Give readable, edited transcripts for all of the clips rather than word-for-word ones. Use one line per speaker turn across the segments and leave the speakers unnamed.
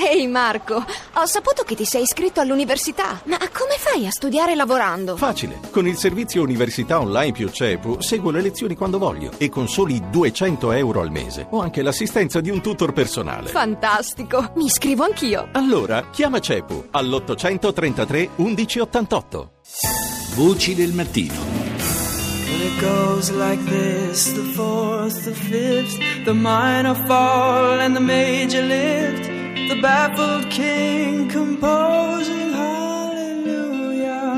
Ehi Marco, ho saputo che ti sei iscritto all'università. Ma come fai a studiare lavorando?
Facile. Con il servizio Università Online più CEPU seguo le lezioni quando voglio e con soli 200 euro al mese ho anche l'assistenza di un tutor personale.
Fantastico, mi iscrivo anch'io.
Allora chiama CEPU all'833 1188.
Voci del mattino.
Well, it goes like this, the fourth, the fifth, the minor fall and the major lift, the baffled king composing hallelujah,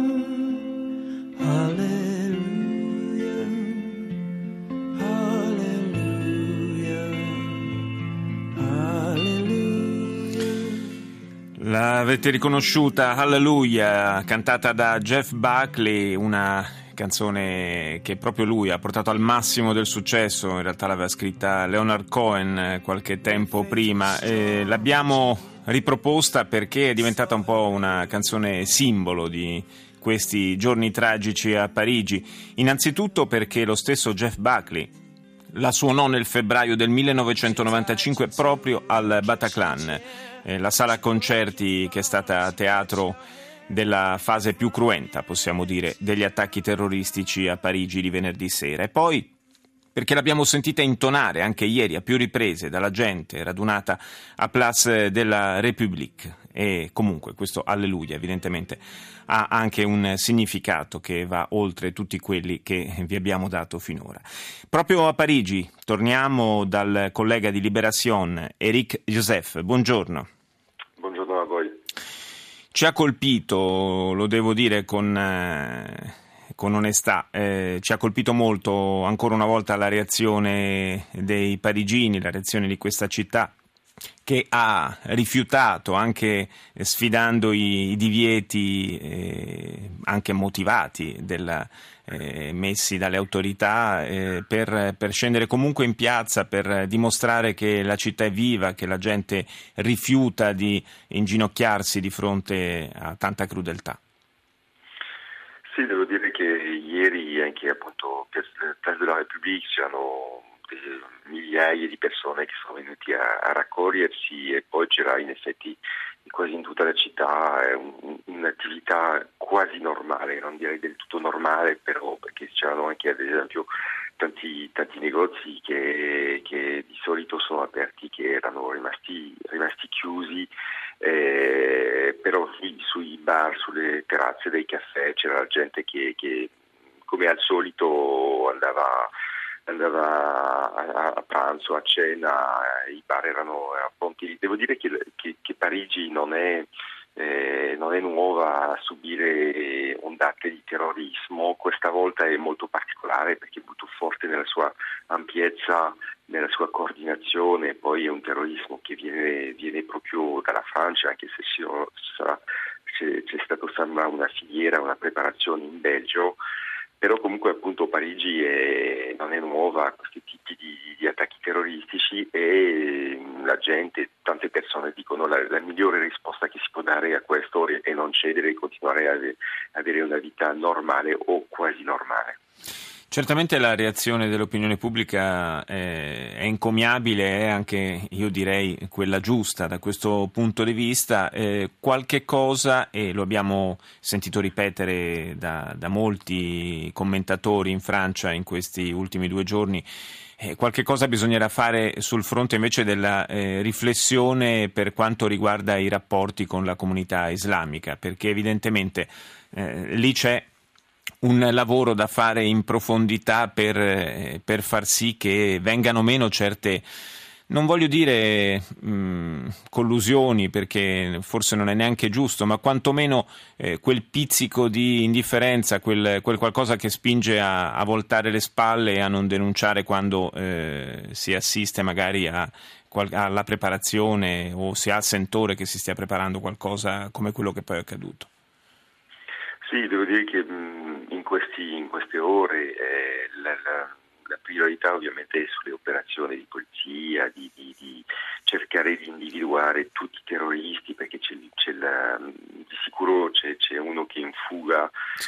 hallelujah, hallelujah, hallelujah.
L'avete riconosciuta, Hallelujah, cantata da Jeff Buckley, una canzone che proprio lui ha portato al massimo del successo. In realtà l'aveva scritta Leonard Cohen qualche tempo prima. L'abbiamo riproposta perché è diventata un po' una canzone simbolo di questi giorni tragici a Parigi. Innanzitutto perché lo stesso Jeff Buckley la suonò nel febbraio del 1995 proprio al Bataclan, la sala concerti che è stata teatro della fase più cruenta, possiamo dire, degli attacchi terroristici a Parigi di venerdì sera. E poi perché l'abbiamo sentita intonare anche ieri a più riprese dalla gente radunata a Place de la République. E comunque questo alleluia evidentemente ha anche un significato che va oltre tutti quelli che vi abbiamo dato finora. Proprio a Parigi torniamo dal collega di Libération, Eric Joseph. Buongiorno.
Buongiorno a voi.
Ci ha colpito, lo devo dire con onestà, ci ha colpito molto ancora una volta la reazione dei parigini, la reazione di questa città che ha rifiutato, anche sfidando i divieti anche motivati messi dalle autorità, per scendere comunque in piazza per dimostrare che la città è viva, che la gente rifiuta di inginocchiarsi di fronte a tanta crudeltà.
Sì, devo dire che ieri anche appunto Place de la République c'erano migliaia di persone che sono venuti a raccogliersi, e poi c'era in effetti quasi in tutta la città un'attività quasi normale, non direi del tutto normale, però perché c'erano anche ad esempio tanti negozi che di solito sono aperti, che erano rimasti chiusi, però sui bar, sulle terrazze dei caffè c'era gente che come al solito andava a pranzo, a cena, i bar erano pronti. Devo dire che Parigi non è nuova a subire ondate di terrorismo. Questa volta è molto particolare perché è molto forte nella sua ampiezza, nella sua coordinazione. Poi è un terrorismo che viene proprio dalla Francia, anche se c'è stato sembra una filiera, una preparazione in Belgio. Però comunque appunto Parigi non è nuova a questi tipi di attacchi terroristici, e la gente, tante persone dicono la migliore risposta che si può dare a questo è non cedere e continuare a avere una vita normale o quasi normale.
Certamente la reazione dell'opinione pubblica è encomiabile, è anche, io direi, quella giusta da questo punto di vista. Qualche cosa, e lo abbiamo sentito ripetere da molti commentatori in Francia in questi ultimi 2 giorni, qualche cosa bisognerà fare sul fronte invece della riflessione per quanto riguarda i rapporti con la comunità islamica, perché evidentemente lì c'è un lavoro da fare in profondità per far sì che vengano meno certe, non voglio dire collusioni, perché forse non è neanche giusto, ma quantomeno quel pizzico di indifferenza, quel qualcosa che spinge a voltare le spalle e a non denunciare quando si assiste magari alla preparazione, o si ha il sentore che si stia preparando qualcosa come quello che poi è accaduto.
Sì, devo dire che in queste ore la priorità ovviamente è sulle operazioni di polizia, di cercare di individuare tutti i terroristi, perché di sicuro c'è uno che è in fuga, sì.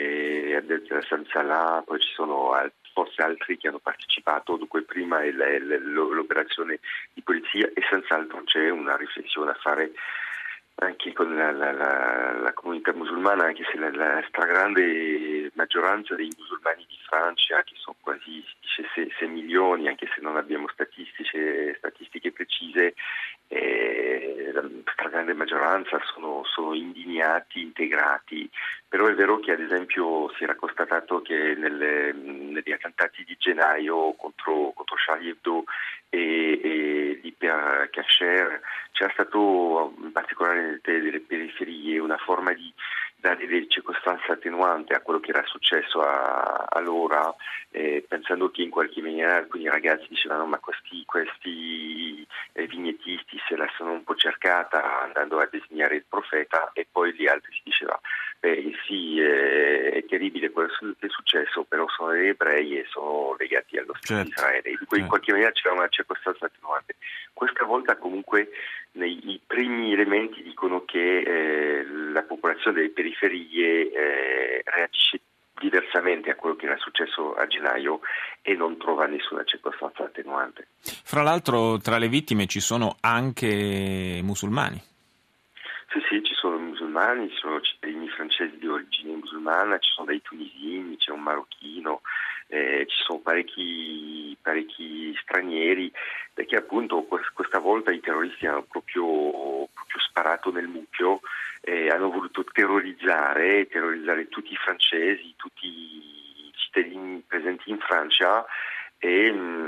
A Sam Salah, poi ci sono forse altri che hanno partecipato. Dunque prima è l'operazione di polizia, e senz'altro c'è una riflessione a fare anche con la comunità musulmana, anche se la stragrande maggioranza dei musulmani di Francia, che sono quasi 6 milioni, anche se non abbiamo statistiche precise, la stragrande maggioranza sono indignati, integrati. Però è vero che ad esempio si era constatato che negli attentati di gennaio contro Charlie Hebdo e di Pierre Cachere c'era stato, in particolare delle periferie, una forma di dare delle circostanze attenuanti a quello che era successo allora, pensando che in qualche maniera alcuni ragazzi dicevano ma questi vignettisti se la sono un po' cercata andando a disegnare il profeta, e poi gli altri si diceva sì, è terribile quello che è successo, però sono degli ebrei e sono legati allo Stato di Israele. In qualche maniera c'era una circostanza attenuante. Questa volta comunque i primi elementi dicono che la popolazione delle periferie reagisce diversamente a quello che era successo a gennaio e non trova nessuna circostanza attenuante.
Fra l'altro tra le vittime ci sono anche musulmani.
Sì, ci sono musulmani, ci sono cittadini francesi di origine musulmana, ci sono dei tunisini, c'è un marocchino, ci sono parecchi stranieri, perché appunto questa volta i terroristi hanno proprio sparato nel mucchio, hanno voluto terrorizzare tutti i francesi, tutti i cittadini presenti in Francia, e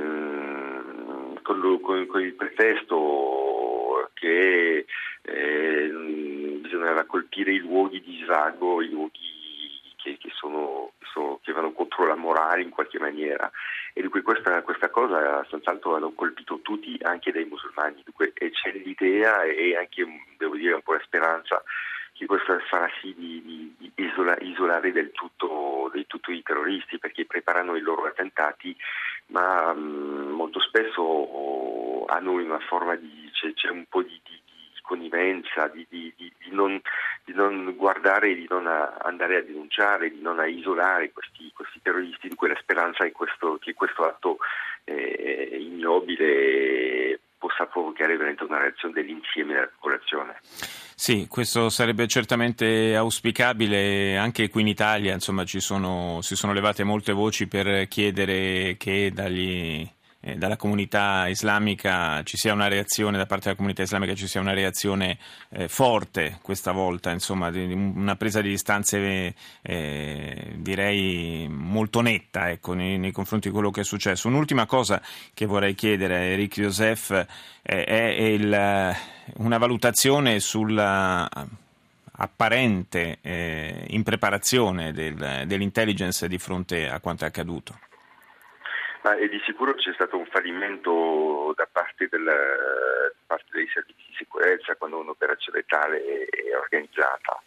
con il pretesto che bisognava colpire i luoghi di svago, i luoghi che vanno contro la morale in qualche maniera, e dunque questa cosa senz'altro hanno colpito tutti, anche dai musulmani. Dunque, e c'è l'idea e anche, devo dire, un po' la speranza che questo farà sì di isolare del tutto i terroristi, perché preparano i loro attentati, ma molto spesso hanno una forma c'è un po' di connivenza, di non guardare, di non andare a denunciare, di non isolare questi terroristi. Dunque la speranza è che questo atto ignobile possa provocare veramente una reazione dell'insieme della popolazione.
Sì, questo sarebbe certamente auspicabile. Anche qui in Italia, insomma, si sono levate molte voci per chiedere che dalla comunità islamica ci sia una reazione, da parte della comunità islamica ci sia una reazione forte questa volta, insomma, una presa di distanze direi molto netta, ecco, nei confronti di quello che è successo. Un'ultima cosa che vorrei chiedere a Eric Joseph è una valutazione sulla apparente impreparazione dell'intelligence di fronte a quanto è accaduto.
E di sicuro c'è stato un fallimento da parte dei servizi di sicurezza quando un'operazione tale è organizzata.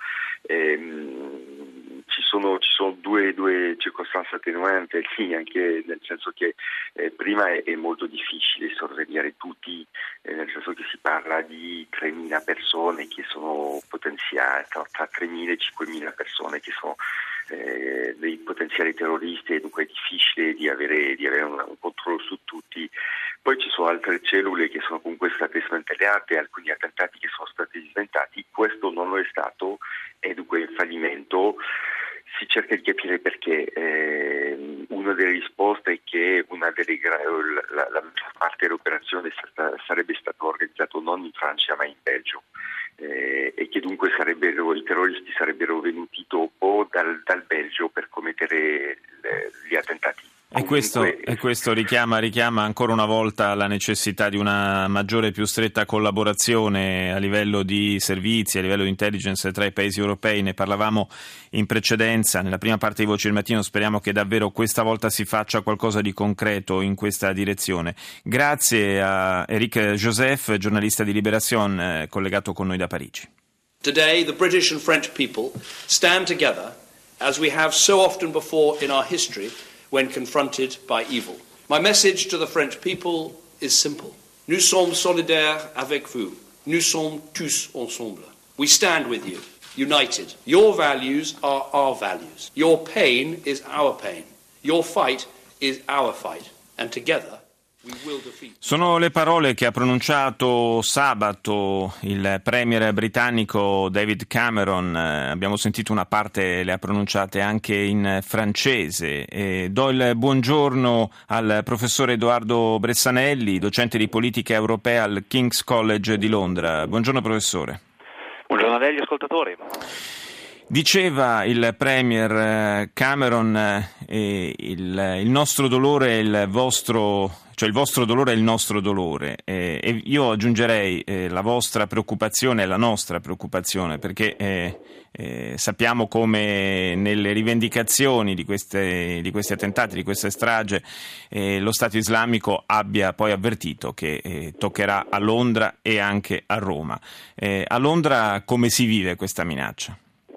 Ci sono due circostanze attenuanti, sì, anche nel senso che prima è molto difficile sorvegliare tutti, nel senso che si parla di 3.000 persone che sono potenziali, tra 3.000 e 5.000 persone che sono dei potenziali terroristi, e dunque è difficile di avere un controllo su tutti. Poi ci sono altre cellule che sono comunque state smantellate, alcuni attentati che sono stati sventati. Questo non lo è stato, e dunque è un fallimento. Si cerca di capire perché. Una delle risposte è che la maggior parte dell'operazione sarebbe stato organizzato non in Francia ma in Belgio, e che dunque i terroristi sarebbero venuti dopo dal Belgio per commettere gli attentati.
E questo richiama ancora una volta la necessità di una maggiore e più stretta collaborazione a livello di servizi, a livello di intelligence tra i paesi europei. Ne parlavamo in precedenza, nella prima parte di Voci del Mattino. Speriamo che davvero questa volta si faccia qualcosa di concreto in questa direzione. Grazie a Eric Joseph, giornalista di Libération, collegato con noi da Parigi.
Today the British and French people stand together as we have so often before in our history when confronted by evil. My message to the French people is simple. Nous sommes solidaires avec vous. Nous sommes tous ensemble. We stand with you, united. Your values are our values. Your pain is our pain. Your fight is our fight. And together
Sono le parole che ha pronunciato sabato il premier britannico David Cameron. Abbiamo sentito una parte, le ha pronunciate anche in francese. Do il buongiorno al professore Edoardo Bressanelli, docente di politica europea al King's College di Londra. Buongiorno professore.
Buongiorno a lei, gli ascoltatori.
Diceva il premier Cameron, il nostro dolore è il vostro, cioè il vostro dolore è il nostro dolore, e io aggiungerei la vostra preoccupazione è la nostra preoccupazione, perché sappiamo come nelle rivendicazioni di questi attentati, di questa strage, lo Stato islamico abbia poi avvertito che toccherà a Londra e anche a Roma. A Londra come si vive questa minaccia?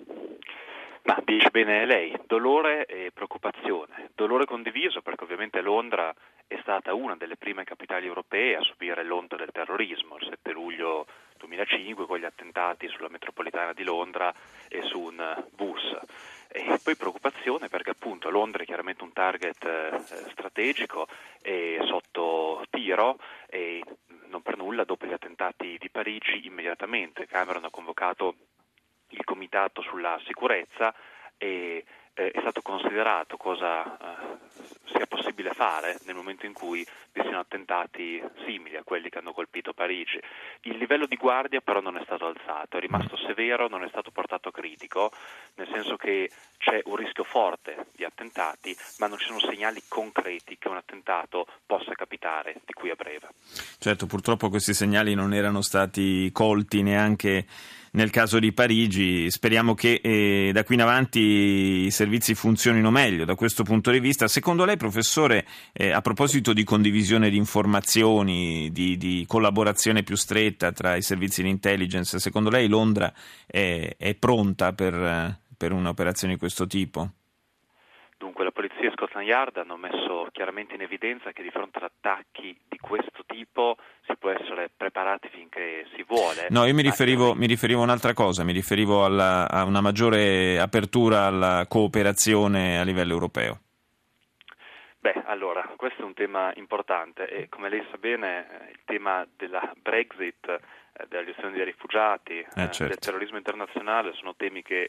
Ma dice bene lei, dolore e preoccupazione. Dolore condiviso perché ovviamente Londra è stata una delle prime capitali europee a subire l'onda del terrorismo, il 7 luglio 2005 con gli attentati sulla metropolitana di Londra e su un bus. E poi preoccupazione perché appunto Londra è chiaramente un target strategico e sotto tiro, e non per nulla dopo gli attentati di Parigi immediatamente Cameron ha convocato il comitato sulla sicurezza e è stato considerato cosa sia possibile fare nel momento in cui vi siano attentati simili a quelli che hanno colpito Parigi. Il livello di guardia però non è stato alzato, è rimasto severo, non è stato portato critico, nel senso che c'è un rischio forte di attentati, ma non ci sono segnali concreti che un attentato possa capitare di qui a breve.
Certo, purtroppo questi segnali non erano stati colti neanche nel caso di Parigi. Speriamo che da qui in avanti i servizi funzionino meglio da questo punto di vista. Secondo lei, professore, a proposito di condivisione di informazioni, di collaborazione più stretta tra i servizi di intelligence, secondo lei Londra è pronta per un'operazione di questo tipo?
Dunque, la polizia e Scotland Yard hanno messo chiaramente in evidenza che di fronte ad attacchi di questo tipo si può essere preparati finché si vuole.
No, io mi riferivo a un'altra cosa, mi riferivo a una maggiore apertura alla cooperazione a livello europeo.
Beh, allora, questo è un tema importante e come lei sa bene il tema della Brexit, della gestione dei rifugiati,
certo,
del terrorismo internazionale sono temi che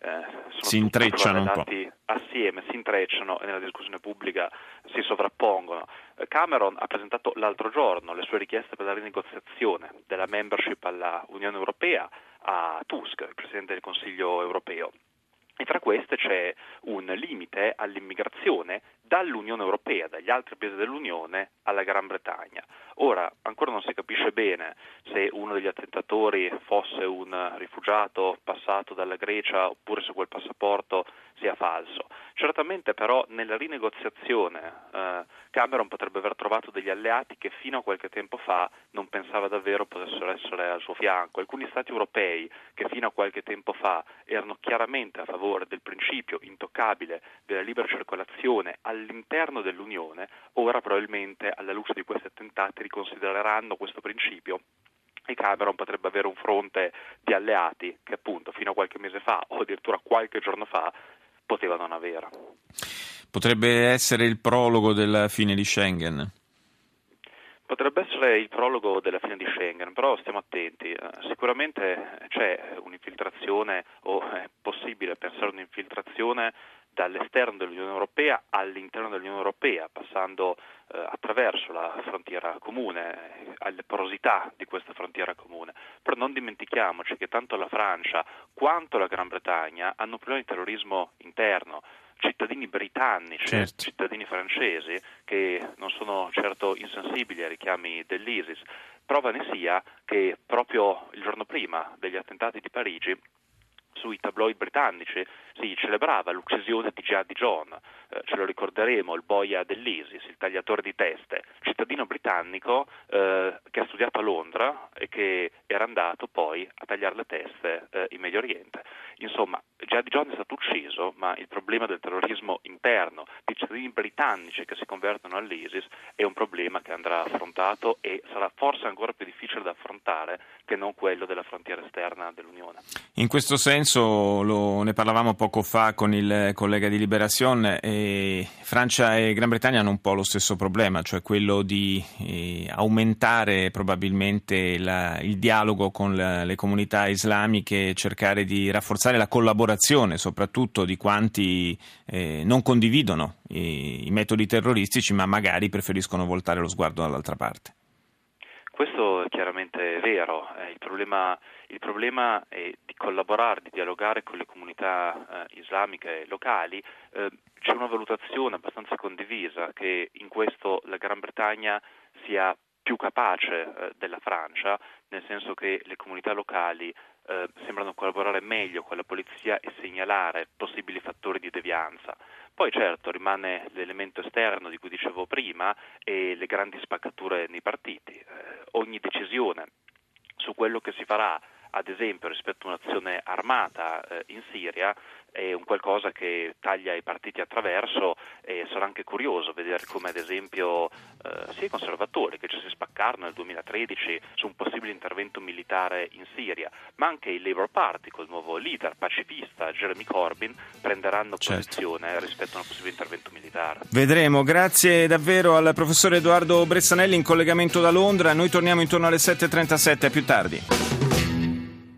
si intrecciano un po'.
Assieme, si intrecciano e nella discussione pubblica si sovrappongono. Cameron ha presentato l'altro giorno le sue richieste per la rinegoziazione della membership alla Unione Europea a Tusk, il Presidente del Consiglio europeo. E tra queste c'è un limite all'immigrazione dall'Unione Europea, dagli altri paesi dell'Unione alla Gran Bretagna. Ora, ancora non si capisce bene se uno degli attentatori fosse un rifugiato passato dalla Grecia oppure se quel passaporto sia falso. Certamente però nella rinegoziazione Cameron potrebbe aver trovato degli alleati che fino a qualche tempo fa non pensava davvero potessero essere al suo fianco. Alcuni stati europei che fino a qualche tempo fa erano chiaramente a favore del principio intoccabile della libera circolazione all'interno dell'Unione, ora probabilmente alla luce di questi attentati riconsidereranno questo principio e Cameron potrebbe avere un fronte di alleati che appunto fino a qualche mese fa o addirittura qualche giorno fa poteva non avere.
Potrebbe essere il prologo della fine di Schengen?
Potrebbe essere il prologo della fine di Schengen, però stiamo attenti. Sicuramente c'è un'infiltrazione o è possibile pensare un'infiltrazione dall'esterno dell'Unione Europea all'interno dell'Unione Europea, passando attraverso la frontiera comune, alle porosità di questa frontiera comune. Però non dimentichiamoci che tanto la Francia quanto la Gran Bretagna hanno problemi di terrorismo interno. Cittadini britannici, certo, cittadini francesi che non sono certo insensibili ai richiami dell'ISIS. Prova ne sia che proprio il giorno prima degli attentati di Parigi sui tabloid britannici si celebrava l'uccisione di Jihadi John, ce lo ricorderemo, il boia dell'ISIS, il tagliatore di teste, cittadino britannico che ha studiato a Londra e che era andato poi a tagliare le teste in Medio Oriente. Insomma, Jihadi John è stato ucciso, ma il problema del terrorismo interno, di cittadini britannici che si convertono all'ISIS, è un problema che andrà affrontato e sarà forse ancora più difficile da affrontare che non quello della frontiera esterna dell'Unione.
In questo senso senso ne parlavamo poco fa con il collega di Libération, Francia e Gran Bretagna hanno un po' lo stesso problema, cioè quello di aumentare probabilmente il dialogo con le comunità islamiche, cercare di rafforzare la collaborazione soprattutto di quanti non condividono i metodi terroristici ma magari preferiscono voltare lo sguardo dall'altra parte.
Questo è chiaramente vero, il problema è di collaborare, di dialogare con le comunità islamiche locali. C'è una valutazione abbastanza condivisa che in questo la Gran Bretagna sia più capace della Francia, nel senso che le comunità locali sembrano collaborare meglio con la polizia e segnalare possibili fattori di devianza. Poi certo rimane l'elemento esterno di cui dicevo prima e le grandi spaccature nei partiti. Ogni decisione su quello che si farà, ad esempio rispetto a un'azione armata in Siria, è un qualcosa che taglia i partiti attraverso, e sarà anche curioso vedere come ad esempio sia i conservatori che ci si spaccarono nel 2013 su un possibile intervento militare in Siria, ma anche il Labour Party col nuovo leader pacifista Jeremy Corbyn prenderanno posizione rispetto a un possibile intervento militare.
Vedremo, grazie davvero al professore Edoardo Bressanelli in collegamento da Londra. Noi torniamo intorno alle 7:37, a più tardi.